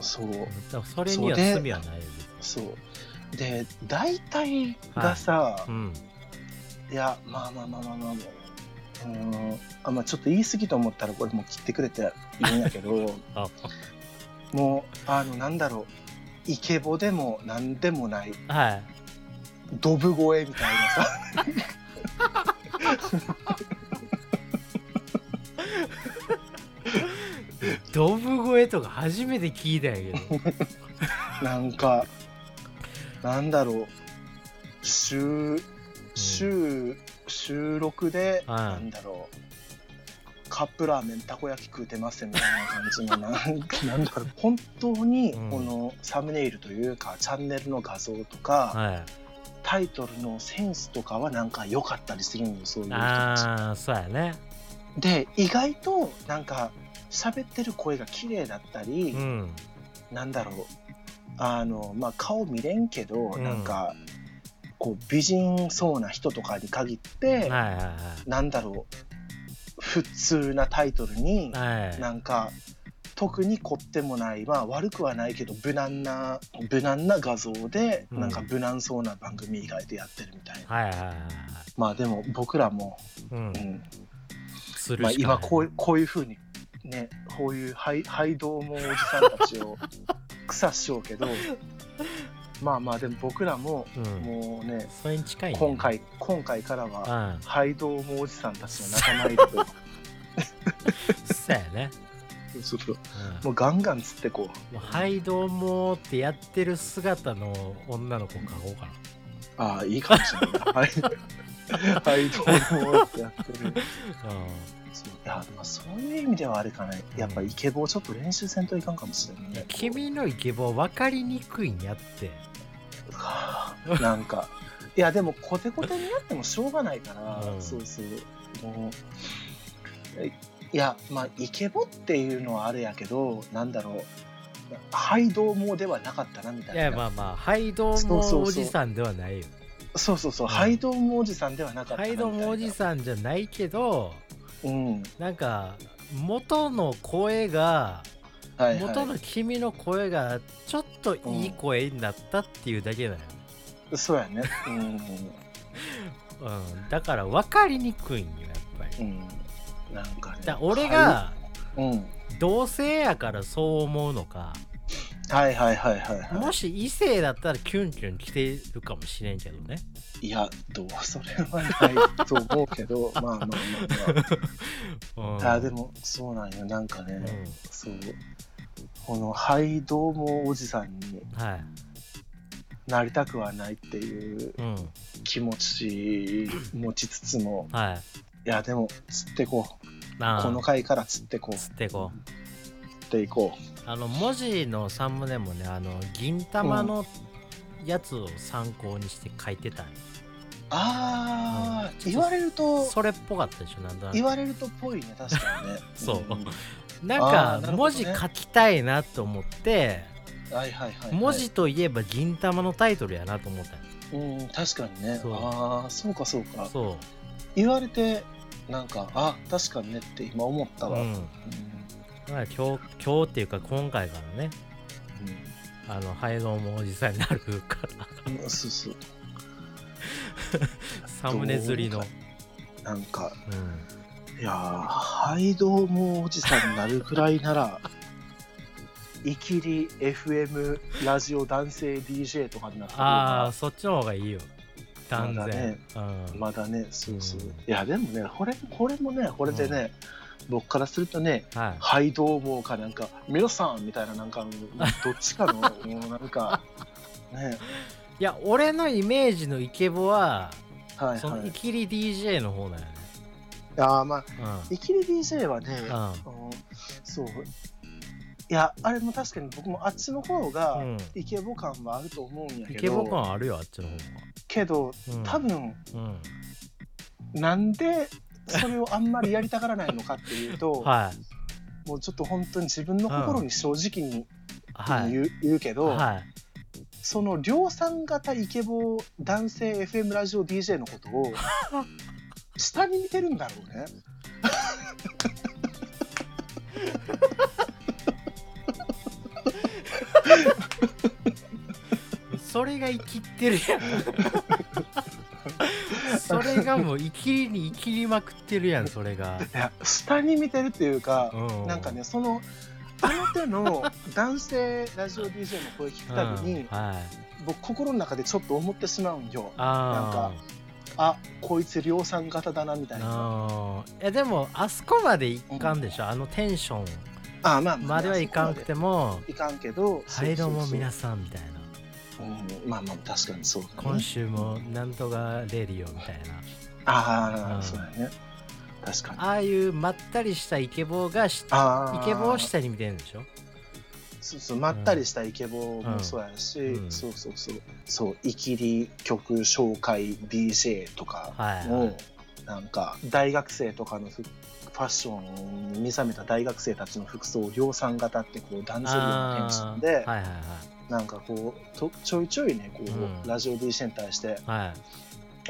A: そう。
B: だからそれには罪はないよ。
A: そう。で大体がさ、はい、うん、いやまあまあまあまあまあうんあまあちょっと言い過ぎと思ったらこれもう切ってくれていいんやけどもうあのなんだろうイケボでもなんでもない、はい、ドブ声みたいなさ
B: ドブ声とか初めて聞いたんやけど
A: なんかなんだろう週週、うん、収録で、うん、なんだろうカップラーメンたこ焼き食うてますみたいな感じのなんだろう本当にこのサムネイルというか、うん、チャンネルの画像とか、はい、タイトルのセンスとかはなんか良かったりするんよそういう人たち。
B: あーそうやね。
A: で意外となんか喋ってる声が綺麗だったり、うん、なんだろうあのまあ顔見れんけど、うん、なんかこう美人そうな人とかに限って、はいはいはい、なんだろう普通なタイトルに、はい、なんか特に凝ってもない、まあ悪くはないけど無難な無難な画像で、うん、なんか無難そうな番組以外でやってるみたいな、はいはいはいはい、まあでも僕らも、うんうんまあ、今こう、こういう風にねこういうハイ、ハイドーモおじさんたちを草しようけどまあまあでも僕らも、うん、もうね
B: それに近いね
A: 今回今回からは、うん、ハイドーモおじさんたちの仲間入りと
B: そうやね
A: そうそう、うん、もうガンガン釣ってこうもう
B: ハイドーモってやってる姿の女の子描こうか
A: な。ああいいかもしれないハイドーモってやってる、うんそういやまあ、そういう意味ではあれかねやっぱイケボをちょっと練習せんといかんかもしれないね。
B: 君のイケボ分かりにくいんやって
A: なんかいやでもコテコテになってもしょうがないから、うん、そうそうもういやまあイケボっていうのはあれやけどなんだろうハイドーモではなかったなみたいな。
B: いやまあまあハイドーモおじさんではないよ。
A: そうそうそう、うん、ハイドーモおじさんではなかったなみたいな。
B: ハイドーモおじさんじゃないけどうん、なんか元の声が、はいはい、元の君の声がちょっといい声になったっていうだけだよ、
A: うん、そうやね、うんうん、
B: だから分かりにくいんよやっぱり、うん、なんかねだ俺が、はいうん、同性やからそう思うのか
A: はいはいはいはい、はい、
B: もし異性だったらキュンキュン来てるかもしれんけどね。
A: いやどうそれはないと思うけどまあまあまあまあ、あでもそうなんよなんかね、うん、そうこのハイドーモおじさんになりたくはないっていう気持ち持ちつつも、うんはい、いやでも釣ってこうこの回から釣ってこう
B: 釣ってこう
A: 釣っていこう。
B: あの文字のサムネもねあの銀玉のやつを参考にして書いてたん、うん、
A: あー、うん、言われると
B: それっぽかったでしょなんだ
A: 言われるとっぽいね確かにね
B: そう、うん、なんか文字書きたいなと思って、
A: はいはいはいはい、
B: 文字といえば銀玉のタイトルやなと思った
A: うん確かにねそうああそうかそうかそう言われてなんかあ確かにねって今思ったわ、うんうん
B: 今日、今日っていうか今回からね、うん、あのハイドーモおじさんになるから、うん、そうそうサムネ釣りの
A: なんか、うん、いやハイドーモおじさんになるぐらいならイキリ エフエム ラジオ男性 ディージェー とかになってる
B: ああそっちの方がいいよ断然
A: まだね、うん、まだねそうそう、うん、いやでもねこれこれもねこれでね、うん、僕からするとね、はい、ハイドーモかなんか皆さんみたいななんかどっちかのもうなんかね
B: いや俺のイメージのイケボは、はいはい、そのイキリ ディージェー の方だよね。
A: ああまあ、うん、イキリ ディージェー はね、うん、そういやあれも確かに僕もあっちの方がイケボ感はあると思うんやけど、イ
B: ケボ感あるよあっちの方が
A: けど、うん、多分、うん、なんでそれをあんまりやりたがらないのかっていうと、はい、もうちょっと本当に自分の心に正直に、うん、言う、言うけど、はい、その量産型イケボ男性 エフエム ラジオ ディージェー のことを下に見てるんだろうね
B: それが生きってるやんそれがもう生きりに生きりまくってるやん。それが
A: いや下に見てるっていうか、うん、なんかねそのあの手の男性ラジオ ディージェー の声聞くたびに、うんはい、僕心の中でちょっと思ってしまうんよ。なんかあこいつ量産型だなみたいな。
B: あいやでもあそこまでいかんでしょ、うん、あのテンションあ、まあ、まではいかんくても
A: いかんけど
B: はいどうも皆さんみたいな、
A: うん、まあまあ確かにそうだね。
B: 今週もなんとかレディオみたいな。
A: ああ、うん、そうだね。確かに。
B: ああいうまったりしたイケボーがイケボーを下に見てるんでしょ。
A: そうそうまったりしたイケボーもそうやし、うん、そうそうそうそうイキリ曲紹介 ディージェー とかも、はいはい、なんか大学生とかのファッションに目覚めた大学生たちの服装を量産型ってこう断ずるようなテンションで、はいはいはい、なんかこうとちょいちょいねこう、うん、ラジオ ディージェー に対して、はい、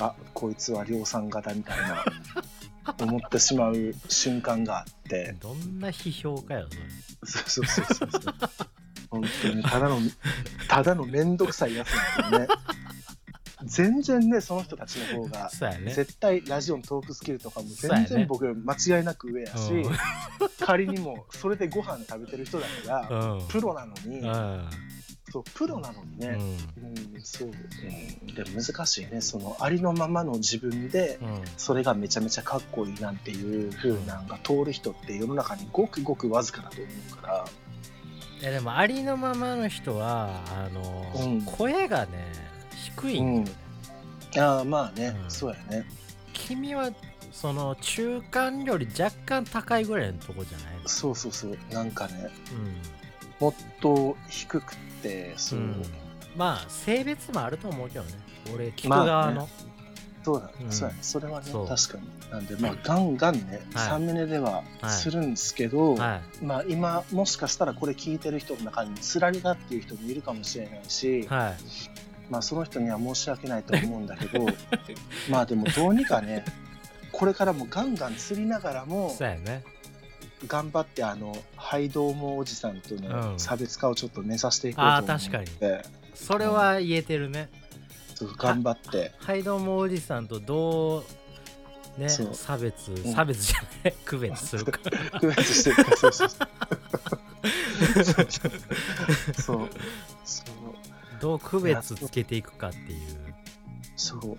A: あこいつは量産型みたいな思ってしまう瞬間があって
B: どんな批評かよ
A: それ。そうそうそうそうそう本当にただのただのめんどくさいやつなんだよね全然ねその人たちの方が、ね、絶対ラジオのトークスキルとかも全然僕より間違いなく上やし、うん、仮にもそれでご飯食べてる人だから、うん、プロなのに、うん、そうプロなのにね、うんうん、そう、うん、でも難しいねそのありのままの自分で、うん、それがめちゃめちゃかっこいいなんていう風なんが通る人って世の中にごくごくわずかだと思うから。
B: いやでもありのままの人はあの、うん、声がね低いんだよね、
A: うん、ああまあね、うん、そうやね。
B: 君はその中間より若干高いぐらいのとこじゃないの。
A: そうそうそうなんかね、うん、もっと低くてそう、うん、
B: まあ性別もあると思うけどね俺聞く側の、まあね、
A: そうだ、うん、そうやねそれはね確かになんでまあガンガンね、はい、サムネではするんですけど、はい、まあ今もしかしたらこれ聞いてる人の中につられたっていう人もいるかもしれないし、はい、まあその人には申し訳ないと思うんだけどまあでもどうにかねこれからもガンガン釣りながらも
B: そうやね
A: 頑張ってあのハイドーモおじさんとの差別化をちょっと目指していこうと思って、うん、あ確かに
B: それは言えてるね、
A: うん、頑張って
B: ハイドーモおじさんとどうね差別、うん、差別じゃない区別するか
A: 区別してるかそうそうそうそう
B: どう区別つけていくかっていう
A: そう、うん、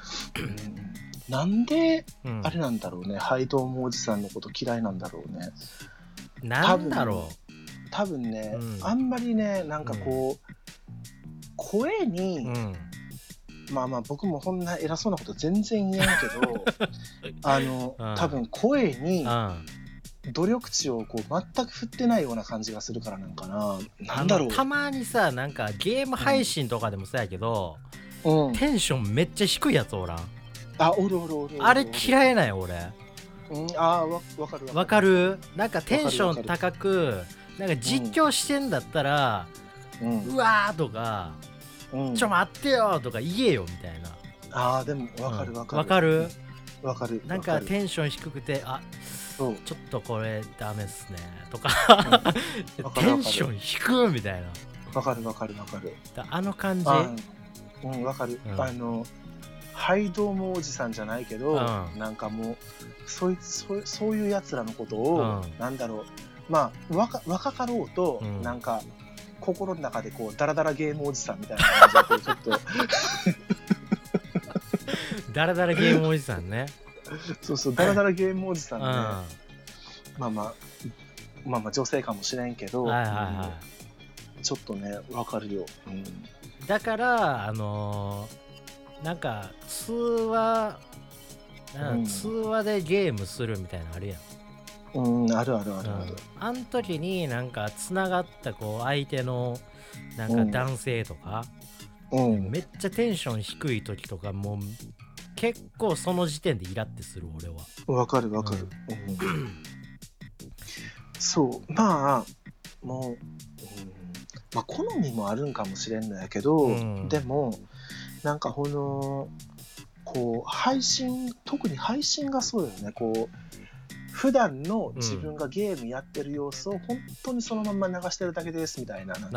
A: なんであれなんだろうね、うん、ハイドーモおじさんのこと嫌いなんだろうね。
B: なんだろう
A: 多分ね、うん、あんまりねなんかこう、うん、声に、うん、まあまあ僕もこんな偉そうなこと全然言えんけどあの、うん、多分声に努力値をこう全く振ってないような感じがするからなんかな。なんだろう
B: たまにさなんかゲーム配信とかでもそうやけど、うん、テンションめっちゃ低いやつおらん。
A: あおるおるおるおる
B: あれ嫌いない俺、
A: うん、あわわかる
B: わかるなんかテンション高くなんか実況してんだったら、うん、うわーとか、うん、ちょ待ってよとか言えよみたいな。
A: あーでもわかるわかる
B: わかる
A: わかる
B: なんかテンション低くてあそうちょっとこれダメっすねとか、うん、テンション低みたいな。
A: わかるわかるわかる
B: あの感じ
A: うんわかる、うん、あのハイドーモおじさんじゃないけど、うん、なんかもうそいそそういうやつらのことを、うん、なんだろうまあ若若かろうと、うん、なんか心の中でこうダラダラゲームおじさんみたいな感じでちょっと
B: ダラダラゲームおじさんね
A: そうそうダラダラゲームおじさんね、うん、まあまあまあまあ女性かもしれんけど、はいはいはい、ちょっとねわかるよ、うん、
B: だからあのーなんか通話うん、通話でゲームするみたいなのあるやん。
A: うん、あるあるあるある、うん、
B: あん時になんかつながったこう相手のなんか男性とか、うん、めっちゃテンション低い時とかもう結構その時点でイラってする俺は。
A: わかるわかる、うんうん、そうまあもう、うん、まあ好みもあるんかもしれんのやけど、うん、でもなんかこのこう配信特に配信がそうよね。こう普段の自分がゲームやってる様子を本当にそのまま流してるだけですみたいな、なんかこう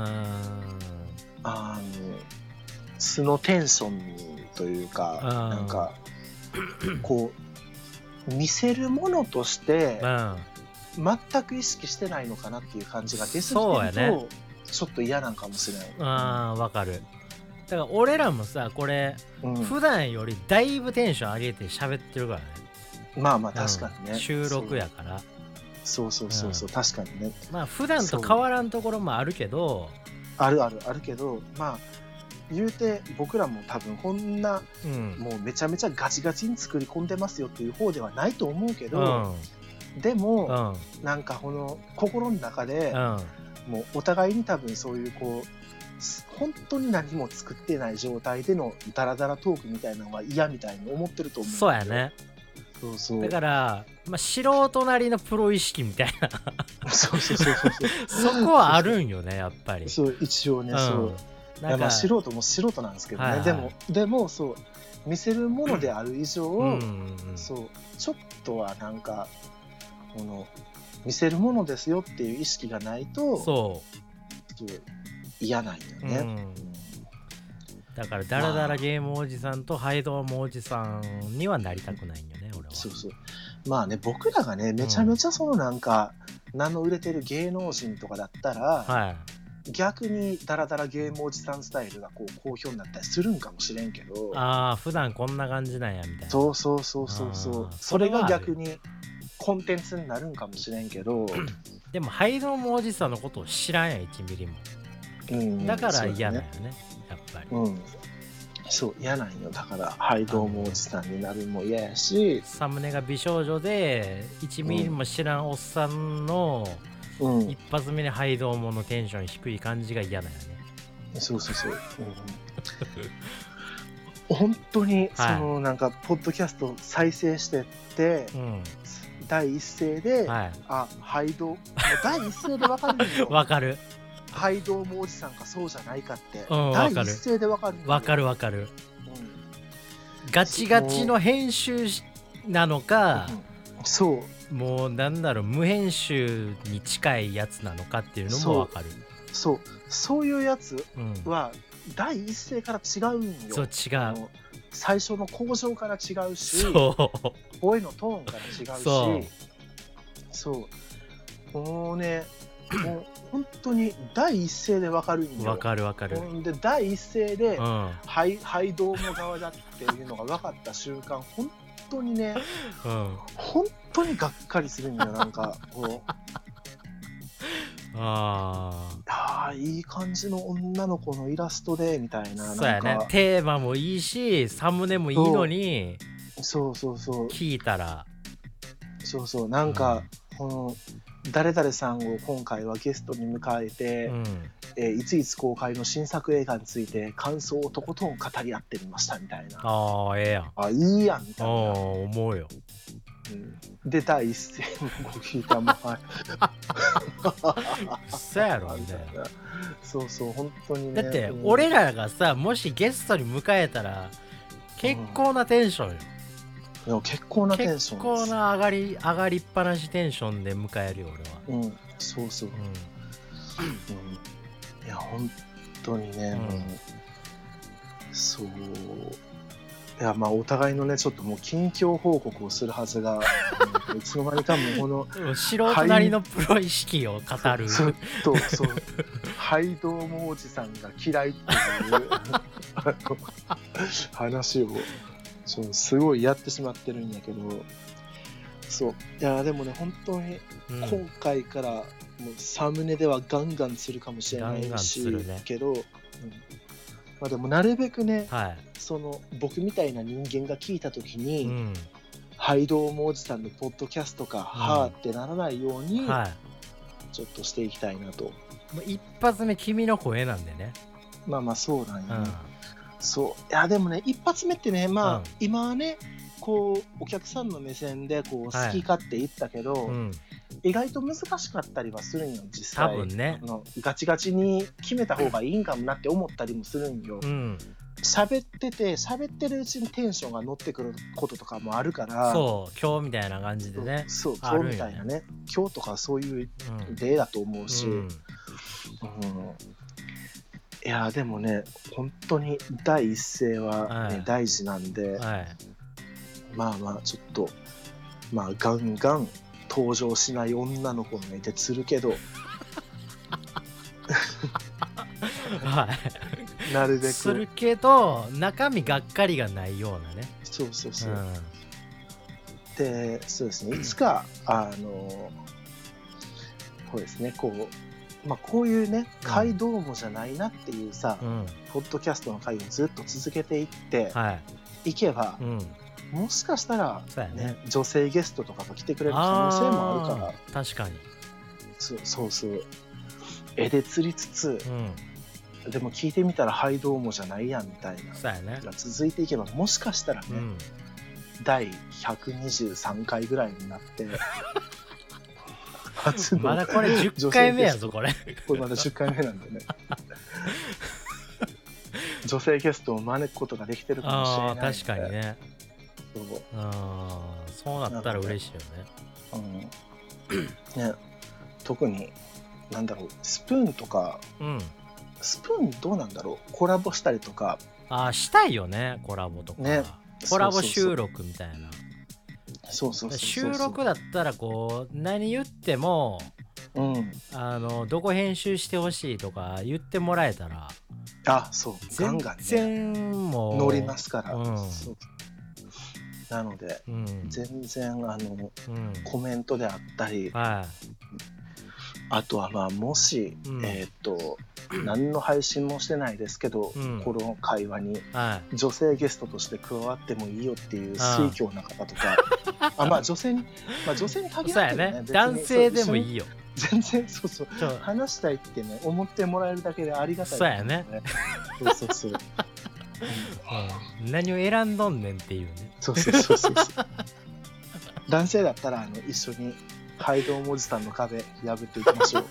A: あの素のテンションというか、なんかこう見せるものとして全く意識してないのかなっていう感じが出すぎてると、ね、ちょっと嫌なんかもしれない。
B: あーわかる。だから俺らもさこれ、うん、普段よりだいぶテンション上げて喋ってるからね。
A: まあまあ確かにね、うん、
B: 収録やから
A: そうそうそうそう、うん、確かにね。
B: まあ普段と変わらんところもあるけど、
A: あるあるあるけど、まあ言うて僕らも多分こんな、うん、もうめちゃめちゃガチガチに作り込んでますよっていう方ではないと思うけど、うん、でも、うん、なんかこの心の中で、うん、もうお互いに多分そういうこう本当に何も作ってない状態でのダラダラトークみたいなのが嫌みたいに思ってると思う。
B: そうやね。
A: そうそう、
B: だから、まあ、素人なりのプロ意識みたいな
A: そうそうそうそう
B: そこはあるんよねやっぱり。
A: そう一応ね、うん、そうなんかまあ素人も素人なんですけどね、はいはい、でもでもそう見せるものである以上、うん、そうちょっとはなんかこの見せるものですよっていう意識がないとそうそう嫌なんよね、うん、
B: だからダラダラゲームおじさんとハイドームおじさんにはなりたくないんよね俺は。
A: そうそう、まあね僕らがねめちゃめちゃそのなんか、うん、名の売れてる芸能人とかだったら、はい、逆にダラダラゲームおじさんスタイルがこう好評になったりするんかもしれんけど、
B: ああ普段こんな感じなんやみたいな。
A: そうそうそうそうそう、それが逆にコンテンツになるんかもしれんけど
B: でもハイドームおじさんのことを知らんやんいちミリも、うん、だから嫌だよね、やっぱり、うん、
A: そう嫌なんよ。だからハイドームおじさんになるのも嫌やし、
B: サムネが美少女でいちミリも知らんおっさんの、うん、一発目にハイドームのテンション低い感じが嫌だよね。
A: そうそうそう、うん、本当にその、はい、なんかポッドキャスト再生してって、うん、第一声で、はい、あハイド第一声で分かるんよ
B: 分かる
A: ハイドームおじさんかそうじゃないかって、うん、第一声で分かる
B: 分かる分かる、うん、ガチガチの編集なのか、
A: うん、そう
B: もうなんだろう無編集に近いやつなのかっていうのも分かる。
A: そうそうそういうやつは、うん、第一声から違うんよ。
B: そう違う、
A: 最初の口上から違うし、
B: そう
A: 声のトーンから違うし、そうそうもうねもう本当に第一声で分かるんよ。
B: 分かる分かる。
A: で第一声で、うん、ハイハイドーム側だっていうのが分かった瞬間本当にね、うん、本当にがっかりするんよ。なんかこう
B: あ
A: あいい感じの女の子のイラストでみたいな、
B: そうやね、テーマもいいしサムネもいいのに、
A: そうそうそう
B: 聞いたら
A: そうそうなんか、うん、この誰々さんを今回はゲストに迎えて、うんえー、いついつ公開の新作映画について感想をとことん語り合ってみましたみたいな。
B: ああええやん、
A: あいいやんみたいな
B: 思うよ、
A: うん、で第一声を聞いたもはい
B: そうやろみたいな
A: そうそう本当にね。
B: だって俺らがさもしゲストに迎えたら結構なテンションよ、
A: うん、いや結構なテンションです。
B: 結構な上がり上がりっぱなしテンションで迎えるよ俺
A: は。うんそうそう、うんうん、いや本当にね、うん、そういやまあお互いのねちょっともう近況報告をするはずが、うん、いつの間にかもこの
B: 素人なりのプロ意識を語る
A: ずっとそうハイドームおじさんが嫌いっていう話をそうすごいやってしまってるんやけど、そういやでもね本当に今回からもうサムネではガンガンするかもしれないし、ね、けど、うん、 まあでもなるべくね、
B: はい、
A: その僕みたいな人間が聞いた時に、
B: うん、
A: ハイドームおじさんのポッドキャストか、うん、はーってならないように、はい、ちょっとしていきたいなと。も
B: う一発目君の声なんでね。
A: まあまあそうなんやね、うん、そういやでもね一発目ってねまあ、うん、今はねこうお客さんの目線でこう好き勝手言ったけど、はい、うん、意外と難しかったりはするんよ実際。
B: 多分ね、
A: あのガチガチに決めた方がいいんかもなって思ったりもするんよ。喋、うん、ってて喋ってるうちにテンションが乗ってくることとかもあるから。
B: そう今日みたいな感じでね。
A: そう今日みたいなね、今日とかそういう例だと思うし、うんうん、いやでもね本当に第一声は、ね、はい、大事なんで、はい、まあまあちょっとまあガンガン登場しない女の子がいてつるけど
B: はい、なるべくするけど中身がっかりがないようなね。
A: そうそうそう、うん、でそうですねいつかあのこうですねこうまあこういうね回どうもじゃないなっていうさ、うん、ポッドキャストの回をずっと続けていって、はい、いけば、うん、もしかしたら、ねね、女性ゲストとかが来てくれる可能性もあるから。
B: 確かに
A: そうそうそう絵で釣りつつ、うん、でも聞いてみたらはいどうもじゃないやんみたいな
B: そうや、ね、
A: が続いていけばもしかしたらね、うん、だいひゃくにじゅうさんかいぐらいになって
B: 初のまだこれじゅっかいめやぞこれ
A: これまだじゅっかいめなんでね女性ゲストを招くことができてるかもしれないので。
B: あ確かにね。そうあそうなったら嬉しいよ
A: ね。うんね、特になんだろうスプーンとか、うん、スプーンどうなんだろうコラボしたりとか。
B: あしたいよねコラボとか、ね、コラボ収録みたいな。
A: そうそうそうそう
B: 収録だったらこう何言っても、うん、あのどこ編集してほしいとか言ってもらえたら
A: あそうガンガンね
B: 全然もう
A: 乗りますから、うん、そうなので、うん、全然あの、うん、コメントであったり、はい、あとはまあもし、うん、えっと何の配信もしてないですけど、うん、この会話に女性ゲストとして加わってもいいよっていう推挙な方とか、ああまあ女性に、まあ、女性に限らずね、ね
B: 男性でもいいよ。
A: 全然そうそう話したいってね思ってもらえるだけでありがたい、ね、
B: そうやね。
A: そうそうそう、
B: うん、何を選んどんねんっていうね。
A: そうそうそうそう男性だったらあの一緒にハイドームおじさんの壁破っていきましょう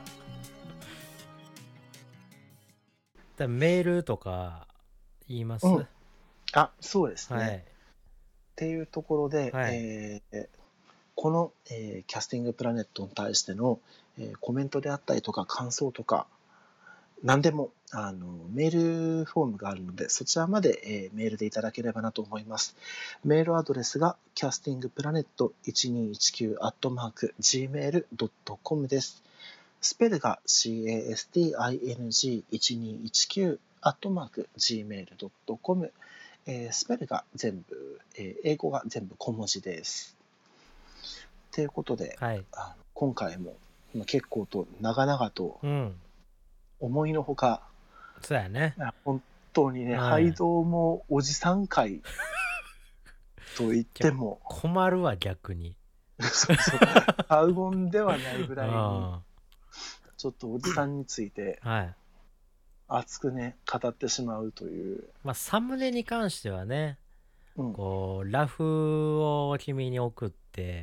B: だメールとか言います、うん、
A: あそうですね、はい、っていうところで、はい、えー、この、えー、キャスティングプラネットに対しての、えー、コメントであったりとか感想とか何でもあのメールフォームがあるのでそちらまで、えー、メールでいただければなと思います。メールアドレスが キャスティングプラネットいちにいちきゅう アットマーク ジーメール ドット コム です。スペルが キャスティングいちにいちきゅう アットマーク ジーメール ドット コム、えー、スペルが全部、えー、英語が全部小文字です。ということで、はい、あの今回も結構と長々と、うん思いのほか
B: そうやね
A: 本当にね、はい、ハイドウもおじさん会と言っても
B: 困るわ逆に
A: そうそう過言ではないぐらいにちょっとおじさんについて熱くね語ってしまうという、
B: まあ、サムネに関してはね、うん、こうラフを君に送って、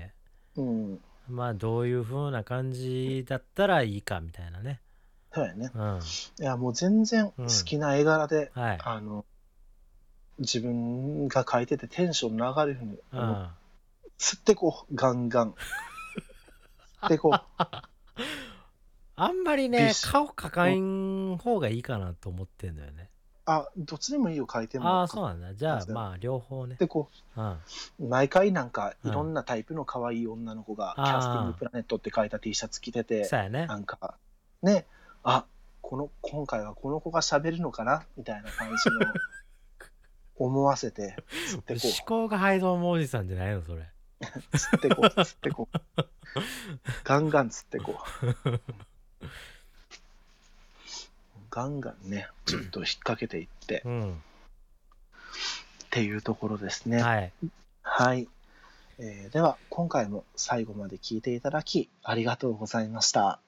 B: うん、まあどういう風な感じだったらいいかみたいなね。
A: そうやね、うん、いやもう全然好きな絵柄で、うんはい、あの自分が描いててテンション上がるように、うん、吸ってこうガンガン吸ってこう
B: あんまりね顔描かん方がいいかなと思ってんだよね。
A: あどっちでもいいよ描いても。
B: ああそうなんだ。じゃあまあ両方ね。
A: でこう、うん、毎回なんかいろんなタイプの可愛い女の子が、うん、キャスティングプラネットって書いた T シャツ着てて、
B: そうやね、
A: なんかねあこの今回はこの子が喋るのかなみたいな感じの思わせて
B: 釣ってこう思考がハイドウもおじさんじゃないのそれ
A: 釣ってこう釣ってこうガンガン釣ってこうガンガンねちょっと引っ掛けていって、うん、っていうところですね。はい、はい、えー、では今回も最後まで聞いていただきありがとうございました。